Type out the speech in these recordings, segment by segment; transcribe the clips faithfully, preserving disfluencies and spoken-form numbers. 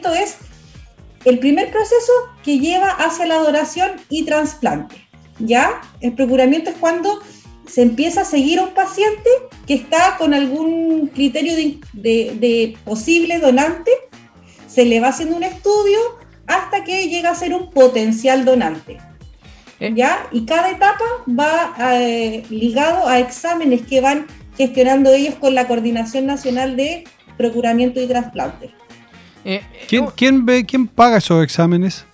procuramiento es el primer proceso que lleva hacia la donación y trasplante, ¿ya? El procuramiento es cuando se empieza a seguir a un paciente que está con algún criterio de, de, de posible donante, se le va haciendo un estudio hasta que llega a ser un potencial donante, ¿ya? Y cada etapa va eh, ligado a exámenes que van gestionando ellos con la Coordinación Nacional de Procuramiento y Trasplante. Eh, ¿Quién, quién, ve, ¿Quién paga esos exámenes?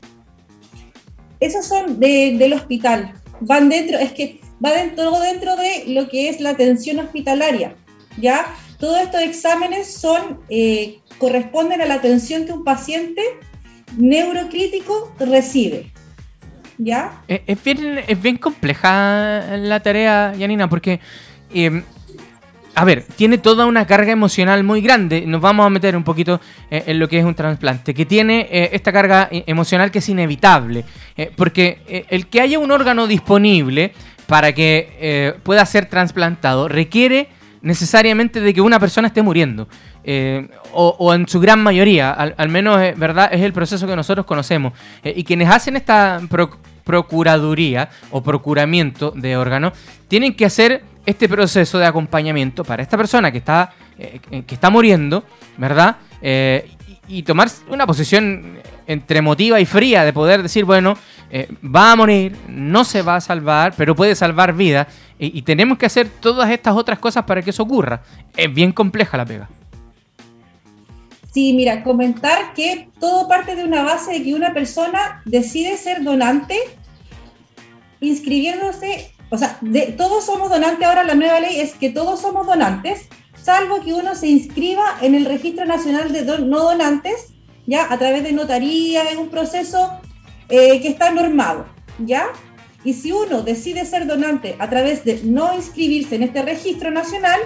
Esos son de, del hospital. Van dentro, es que va dentro, dentro de lo que es la atención hospitalaria, ¿ya? Todos estos exámenes son, eh, corresponden a la atención que un paciente neurocrítico recibe, ¿ya? Es, es, bien, es bien compleja la tarea, Janina, porque... Eh, a ver, tiene toda una carga emocional muy grande. Nos vamos a meter un poquito eh, en lo que es un trasplante, que tiene eh, esta carga emocional que es inevitable. Eh, porque eh, el que haya un órgano disponible para que eh, pueda ser trasplantado requiere necesariamente de que una persona esté muriendo. Eh, o, o en su gran mayoría, al, al menos eh, verdad es el proceso que nosotros conocemos. Eh, y quienes hacen esta pro, procuraduría o procuramiento de órganos tienen que hacer este proceso de acompañamiento para esta persona que está, eh, que está muriendo, ¿verdad? Eh, y, y tomar una posición entre emotiva y fría de poder decir, bueno, eh, va a morir, no se va a salvar, pero puede salvar vidas. Y, y tenemos que hacer todas estas otras cosas para que eso ocurra. Es bien compleja la pega. Sí, mira, comentar que todo parte de una base de que una persona decide ser donante inscribiéndose. O sea, de, todos somos donantes. Ahora la nueva ley es que todos somos donantes, salvo que uno se inscriba en el Registro Nacional de don, No Donantes, ya a través de notaría, en un proceso eh, que está normado, ¿ya? Y si uno decide ser donante a través de no inscribirse en este registro nacional,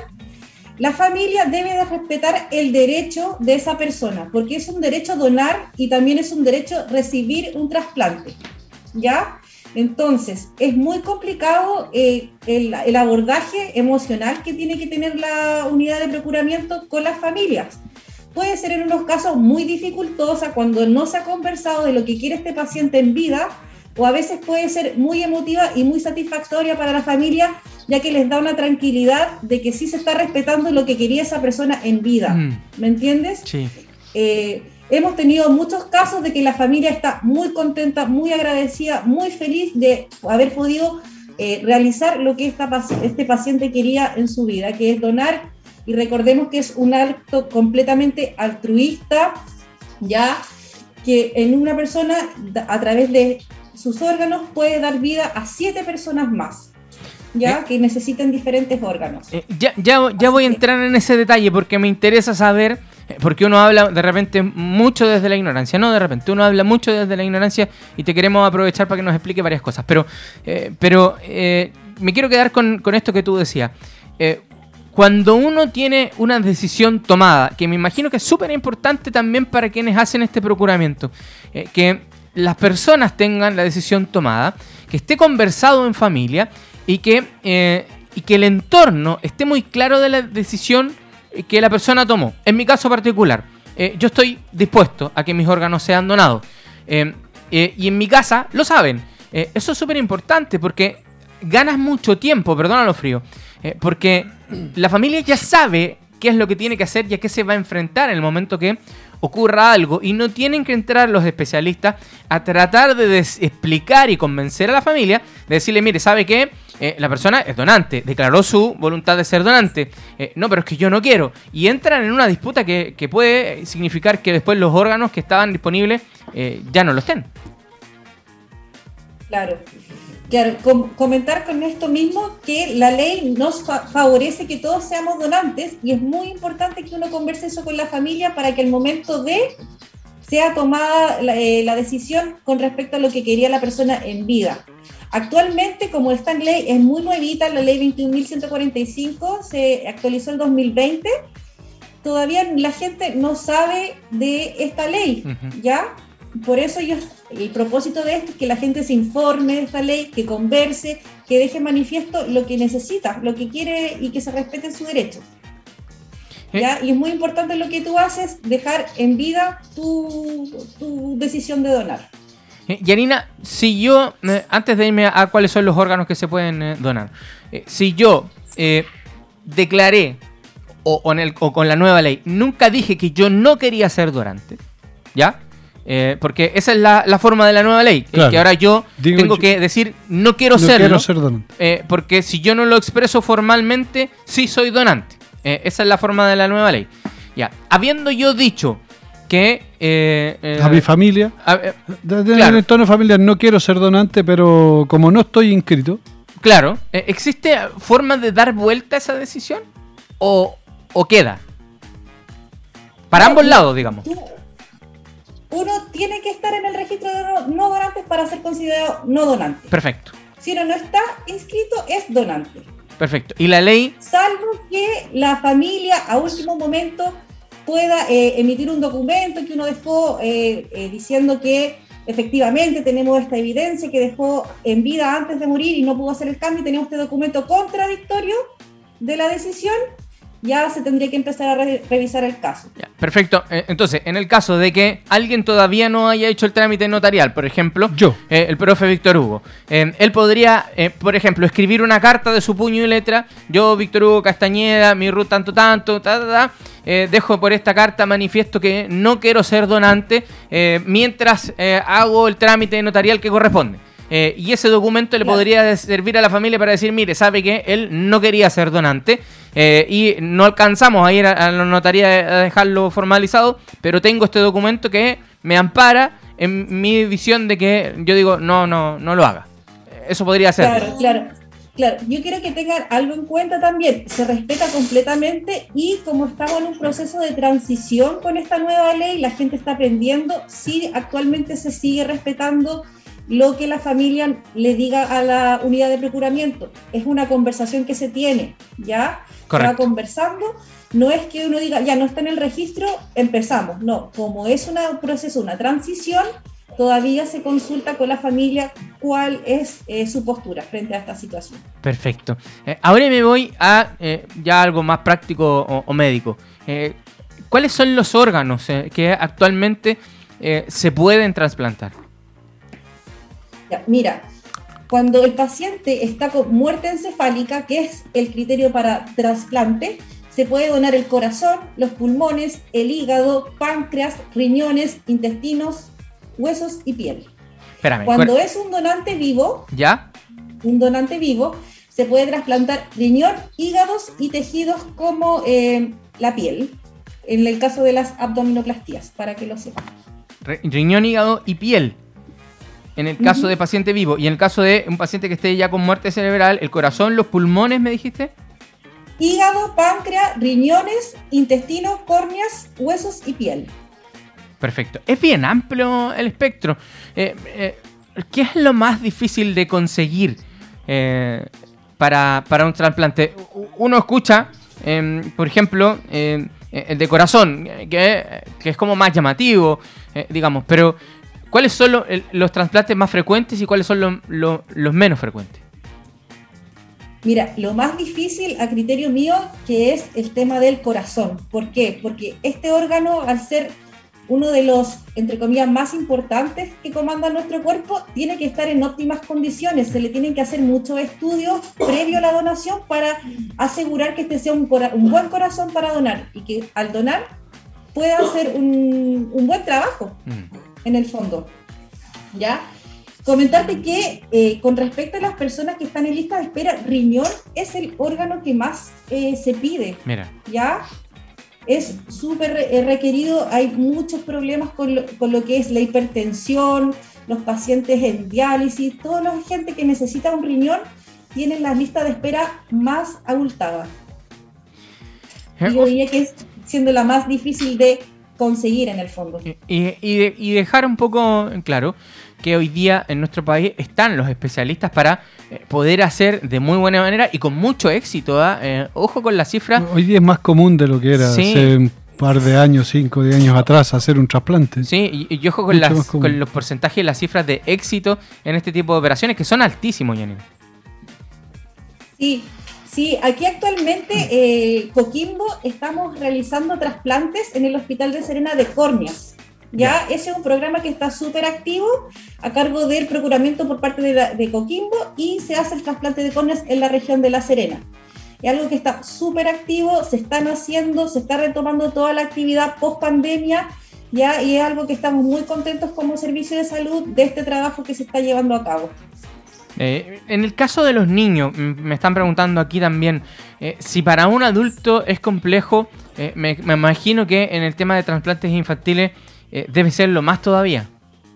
la familia debe de respetar el derecho de esa persona, porque es un derecho donar y también es un derecho recibir un trasplante, ¿ya? Entonces, es muy complicado eh, el, el abordaje emocional que tiene que tener la unidad de procuramiento con las familias. Puede ser en unos casos muy dificultosa cuando no se ha conversado de lo que quiere este paciente en vida, o a veces puede ser muy emotiva y muy satisfactoria para la familia, ya que les da una tranquilidad de que sí se está respetando lo que quería esa persona en vida. Mm. ¿Me entiendes? Sí. Eh, Hemos tenido muchos casos de que la familia está muy contenta, muy agradecida, muy feliz de haber podido eh, realizar lo que esta, este paciente quería en su vida, que es donar, y recordemos que es un acto completamente altruista, ya que en una persona, a través de sus órganos, puede dar vida a siete personas más, ya eh, que necesitan diferentes órganos. Eh, ya ya, ya voy a entrar en ese detalle porque me interesa saber. Porque uno habla de repente mucho desde la ignorancia, no de repente, uno habla mucho desde la ignorancia y te queremos aprovechar para que nos explique varias cosas. Pero, eh, pero eh, me quiero quedar con, con esto que tú decías. Eh, cuando uno tiene una decisión tomada, que me imagino que es súper importante también para quienes hacen este procuramiento, eh, que las personas tengan la decisión tomada, que esté conversado en familia y que, eh, y que el entorno esté muy claro de la decisión que la persona tomó. En mi caso particular, eh, yo estoy dispuesto a que mis órganos sean donados. Eh, eh, y en mi casa lo saben. Eh, eso es súper importante porque ganas mucho tiempo, perdona lo frío, eh, porque la familia ya sabe qué es lo que tiene que hacer y a qué se va a enfrentar en el momento que ocurra algo, y no tienen que entrar los especialistas a tratar de des- explicar y convencer a la familia, de decirle, mire, ¿sabe qué? Eh, la persona es donante, declaró su voluntad de ser donante, eh, no, pero es que yo no quiero, y entran en una disputa que, que puede significar que después los órganos que estaban disponibles eh, ya no lo estén. Claro. Claro, com- comentar con esto mismo que la ley nos fa- favorece que todos seamos donantes, y es muy importante que uno converse eso con la familia para que al momento de sea tomada la, eh, la decisión con respecto a lo que quería la persona en vida. Actualmente, como esta en ley es muy nuevita, la ley veintiún mil ciento cuarenta y cinco se actualizó en dos mil veinte, todavía la gente no sabe de esta ley, uh-huh. ¿Ya? Por eso yo, el propósito de esto es que la gente se informe de esta ley, que converse, que deje manifiesto lo que necesita, lo que quiere y que se respeten sus derechos. ¿ya? Y es muy importante lo que tú haces, dejar en vida tu, tu decisión de donar. Eh, Yanina, si yo, eh, antes de irme a, a cuáles son los órganos que se pueden eh, donar, eh, si yo eh, declaré, o, o, en el, o con la nueva ley, nunca dije que yo no quería ser donante, ¿ya? Eh, porque esa es la, la forma de la nueva ley, claro. Que ahora yo Digo, tengo yo, que decir no quiero no serlo, quiero ser donante. Eh, porque si yo no lo expreso formalmente, sí soy donante. Eh, esa es la forma de la nueva ley. Ya, habiendo yo dicho que eh, eh, a mi familia, a, eh, de, de, claro. En el entorno familiar no quiero ser donante, pero como no estoy inscrito. Claro, eh, ¿existe forma de dar vuelta a esa decisión? ¿O, o queda? Para no, ambos lados, digamos. Tú, uno tiene que estar en el registro de no, no donantes para ser considerado no donante. Perfecto. Si uno no está inscrito, es donante. Perfecto. ¿Y la ley? Salvo que la familia a último momento pueda eh, emitir un documento que uno dejó eh, eh, diciendo que efectivamente tenemos esta evidencia que dejó en vida antes de morir y no pudo hacer el cambio y tenemos este documento contradictorio de la decisión, ya se tendría que empezar a re- revisar el caso. Ya, perfecto. Eh, entonces, en el caso de que alguien todavía no haya hecho el trámite notarial, por ejemplo, yo, eh, el profe Víctor Hugo, eh, él podría, eh, por ejemplo, escribir una carta de su puño y letra, yo, Víctor Hugo Castañeda, mi R U T tanto tanto, ta, ta, ta, eh, dejo por esta carta manifiesto que no quiero ser donante eh, mientras eh, hago el trámite notarial que corresponde. Eh, y ese documento le claro. podría servir a la familia para decir, mire, sabe que él no quería ser donante eh, y no alcanzamos a ir a, a la notaría a dejarlo formalizado, pero tengo este documento que me ampara en mi visión de que yo digo, no, no, no lo haga. Eso podría ser. Claro, claro, claro. Yo quiero que tengan algo en cuenta también. Se respeta completamente y como estamos en un proceso de transición con esta nueva ley, la gente está aprendiendo, sí, actualmente se sigue respetando lo que la familia le diga a la unidad de procuramiento. Es una conversación que se tiene, ¿ya? Correcto. Se va conversando, no es que uno diga, ya no está en el registro, empezamos. No, como es un proceso, una transición, todavía se consulta con la familia cuál es eh, su postura frente a esta situación. Perfecto. Eh, ahora me voy a eh, ya algo más práctico o, o médico. Eh, ¿Cuáles son los órganos eh, que actualmente eh, se pueden trasplantar? Mira, cuando el paciente está con muerte encefálica, que es el criterio para trasplante, se puede donar el corazón, los pulmones, el hígado, páncreas, riñones, intestinos, huesos y piel. Espérame, cuando ¿cuál? Es un donante vivo, ¿ya? Un donante vivo, se puede trasplantar riñón, hígados y tejidos como eh, la piel, en el caso de las abdominoplastías, para que lo sepan. Riñón, hígado y piel. En el caso uh-huh. de paciente vivo. Y en el caso de un paciente que esté ya con muerte cerebral, el corazón, los pulmones, ¿me dijiste? Hígado, páncreas, riñones, intestinos, córneas, huesos y piel. Perfecto. Es bien amplio el espectro. Eh, eh, ¿Qué es lo más difícil de conseguir eh, para, para un trasplante? Uno escucha, eh, por ejemplo, eh, el de corazón, que, que es como más llamativo, eh, digamos, pero ¿cuáles son lo, el, los trasplantes más frecuentes y cuáles son lo, lo, los menos frecuentes? Mira, lo más difícil a criterio mío que es el tema del corazón. ¿Por qué? Porque este órgano, al ser uno de los, entre comillas, más importantes que comanda nuestro cuerpo, tiene que estar en óptimas condiciones. Se le tienen que hacer muchos estudios previo a la donación para asegurar que este sea un, cora- un buen corazón para donar y que al donar pueda hacer un, un buen trabajo. Mm. En el fondo, ¿ya? Comentarte que eh, con respecto a las personas que están en lista de espera, riñón es el órgano que más eh, se pide. Mira. ¿Ya? Es súper eh, requerido, hay muchos problemas con lo, con lo que es la hipertensión, los pacientes en diálisis, toda la gente que necesita un riñón tienen la lista de espera más abultada. Y yo diría que es siendo la más difícil de conseguir en el fondo. Y, y, de, y dejar un poco en claro que hoy día en nuestro país están los especialistas para eh, poder hacer de muy buena manera y con mucho éxito. ¿eh? Eh, ojo con la cifra. Hoy día es más común de lo que era sí. hace un par de años, cinco de años atrás, hacer un trasplante. Sí, y, y ojo con, las, con los porcentajes y las cifras de éxito en este tipo de operaciones que son altísimos, Yanina. Sí. Sí, aquí actualmente eh, Coquimbo estamos realizando trasplantes en el Hospital de Serena de córneas. Ya, ese es un programa que está súper activo a cargo del procuramiento por parte de, la, de Coquimbo, y se hace el trasplante de córneas en la región de La Serena. Es algo que está súper activo, se están haciendo, se está retomando toda la actividad post pandemia, ya, y es algo que estamos muy contentos como servicio de salud de este trabajo que se está llevando a cabo. Eh, en el caso de los niños, me están preguntando aquí también, eh, si para un adulto es complejo, eh, me, me imagino que en el tema de trasplantes infantiles eh, debe serlo más todavía.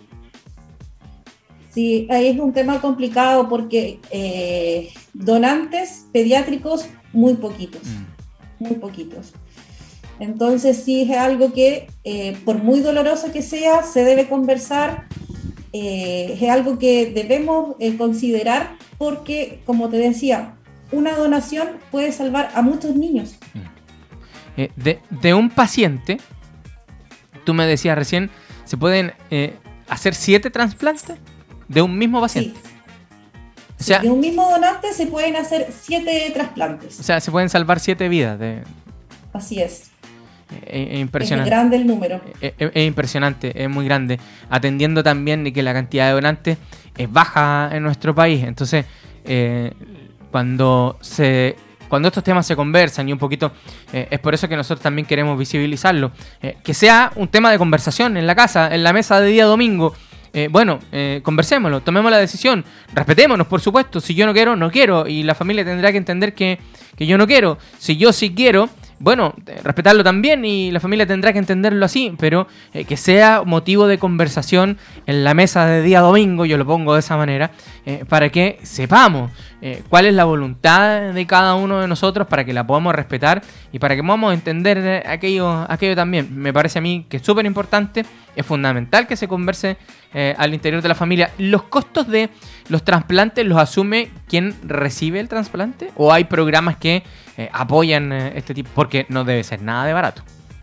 Sí, ahí es un tema complicado porque eh, donantes pediátricos muy poquitos, mm. muy poquitos. Entonces sí es algo que, eh, por muy doloroso que sea, se debe conversar, eh, es algo que debemos eh, considerar porque, como te decía, una donación puede salvar a muchos niños. Mm. Eh, de, de un paciente, tú me decías recién, ¿se pueden eh, hacer siete trasplantes? ¿De un mismo paciente? Sí. O sea, de un mismo donante se pueden hacer siete trasplantes. O sea, se pueden salvar siete vidas. De... Así es. Es, es impresionante. Es grande el número. Es, es, es impresionante, es muy grande. Atendiendo también de que la cantidad de donantes es baja en nuestro país. Entonces, eh, cuando se... Cuando estos temas se conversan y un poquito, eh, es por eso que nosotros también queremos visibilizarlo. Eh, que sea un tema de conversación en la casa, en la mesa de día domingo. Eh, bueno, eh, conversémoslo, tomemos la decisión, respetémonos, por supuesto. Si yo no quiero, no quiero. Y la familia tendrá que entender que, que yo no quiero. Si yo sí quiero, bueno, eh, respetarlo también, y la familia tendrá que entenderlo así. Pero eh, que sea motivo de conversación en la mesa de día domingo, yo lo pongo de esa manera, eh, para que sepamos eh, cuál es la voluntad de cada uno de nosotros, para que la podamos respetar y para que podamos entender eh, aquello, aquello también. Me parece a mí que es súper importante, es fundamental que se converse eh, al interior de la familia. ¿Los costos de los trasplantes los asume quien recibe el trasplante? ¿O hay programas que eh, apoyan eh, este tipo? Porque no debe ser nada de barato.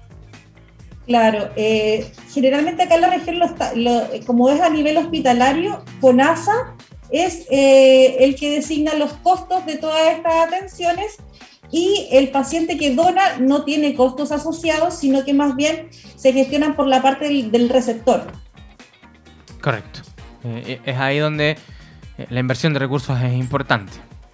Claro, eh, generalmente acá en la región, lo está, lo, como es a nivel hospitalario, FONASA es eh, el que designa los costos de todas estas atenciones, y el paciente que dona no tiene costos asociados, sino que más bien se gestionan por la parte del, del receptor. Correcto. Eh, es ahí donde la inversión de recursos es importante.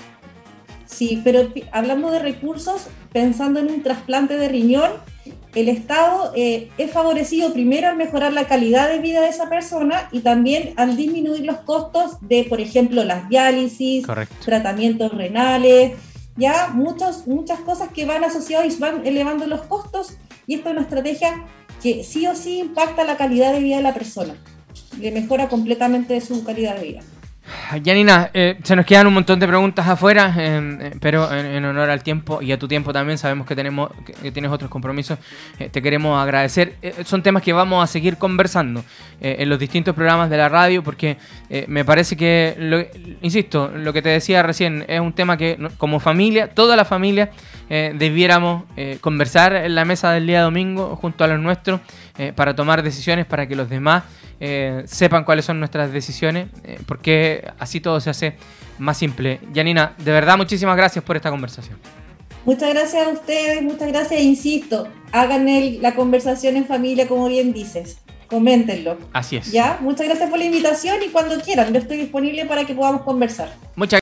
Sí, pero hablando de recursos, pensando en un trasplante de riñón, el Estado eh, es favorecido primero al mejorar la calidad de vida de esa persona y también al disminuir los costos de, por ejemplo, las diálisis, correcto, tratamientos renales, ya muchos, muchas cosas que van asociadas y van elevando los costos, y esta es una estrategia que sí o sí impacta la calidad de vida de la persona, le mejora completamente su calidad de vida. Janina, eh, se nos quedan un montón de preguntas afuera, eh, pero en, en honor al tiempo y a tu tiempo también, sabemos que tenemos que, que tienes otros compromisos, eh, te queremos agradecer. Eh, son temas que vamos a seguir conversando eh, en los distintos programas de la radio, porque eh, me parece que, lo, insisto, lo que te decía recién, es un tema que como familia, toda la familia, eh, debiéramos eh, conversar en la mesa del día domingo junto a los nuestros, eh, para tomar decisiones, para que los demás Eh, sepan cuáles son nuestras decisiones, eh, porque así todo se hace más simple. Janina, de verdad, muchísimas gracias por esta conversación. Muchas gracias a ustedes, muchas gracias, insisto, hagan el, la conversación en familia, como bien dices, coméntenlo. Así es. ¿Ya? Muchas gracias por la invitación, y cuando quieran, yo estoy disponible para que podamos conversar. Muchas